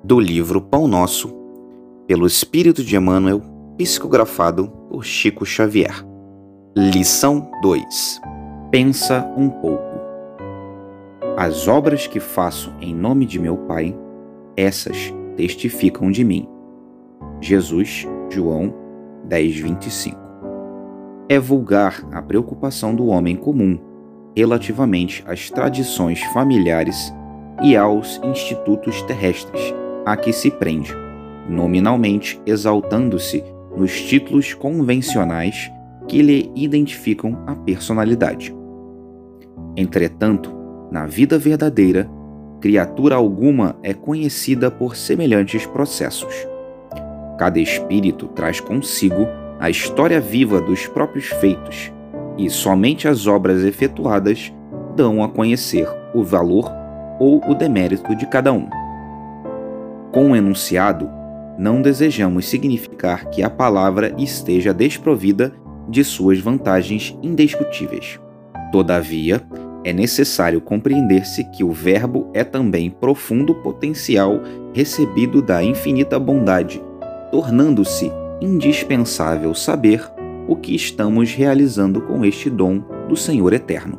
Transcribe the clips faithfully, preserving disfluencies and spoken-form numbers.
Do livro Pão Nosso, pelo Espírito de Emmanuel, psicografado por Chico Xavier. Lição dois. Pensa um pouco. As obras que faço em nome de meu Pai, essas testificam de mim. Jesus, João dez, vinte e cinco. É vulgar a preocupação do homem comum relativamente às tradições familiares e aos institutos terrestres a que se prende, nominalmente exaltando-se nos títulos convencionais que lhe identificam a personalidade. Entretanto, na vida verdadeira, criatura alguma é conhecida por semelhantes processos. Cada espírito traz consigo a história viva dos próprios feitos, e somente as obras efetuadas dão a conhecer o valor ou o demérito de cada um. Com o enunciado, não desejamos significar que a palavra esteja desprovida de suas vantagens indiscutíveis. Todavia, é necessário compreender-se que o verbo é também profundo potencial recebido da infinita bondade, tornando-se indispensável saber o que estamos realizando com este dom do Senhor Eterno.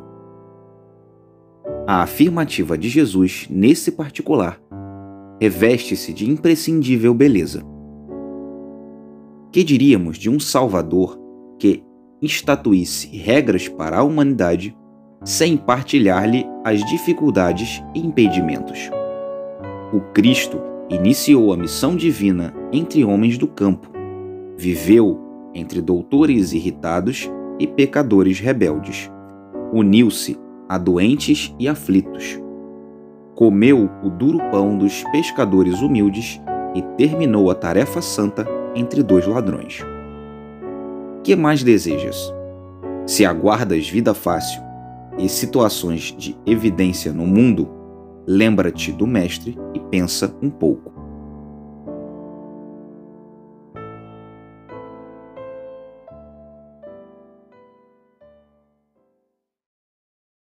A afirmativa de Jesus, nesse particular, reveste-se de imprescindível beleza. Que diríamos de um Salvador que estatuísse regras para a humanidade sem partilhar-lhe as dificuldades e impedimentos? O Cristo iniciou a missão divina entre homens do campo, viveu entre doutores irritados e pecadores rebeldes, uniu-se a doentes e aflitos, comeu o duro pão dos pescadores humildes e terminou a tarefa santa entre dois ladrões. Que mais desejas? Se aguardas vida fácil e situações de evidência no mundo, lembra-te do Mestre e pensa um pouco.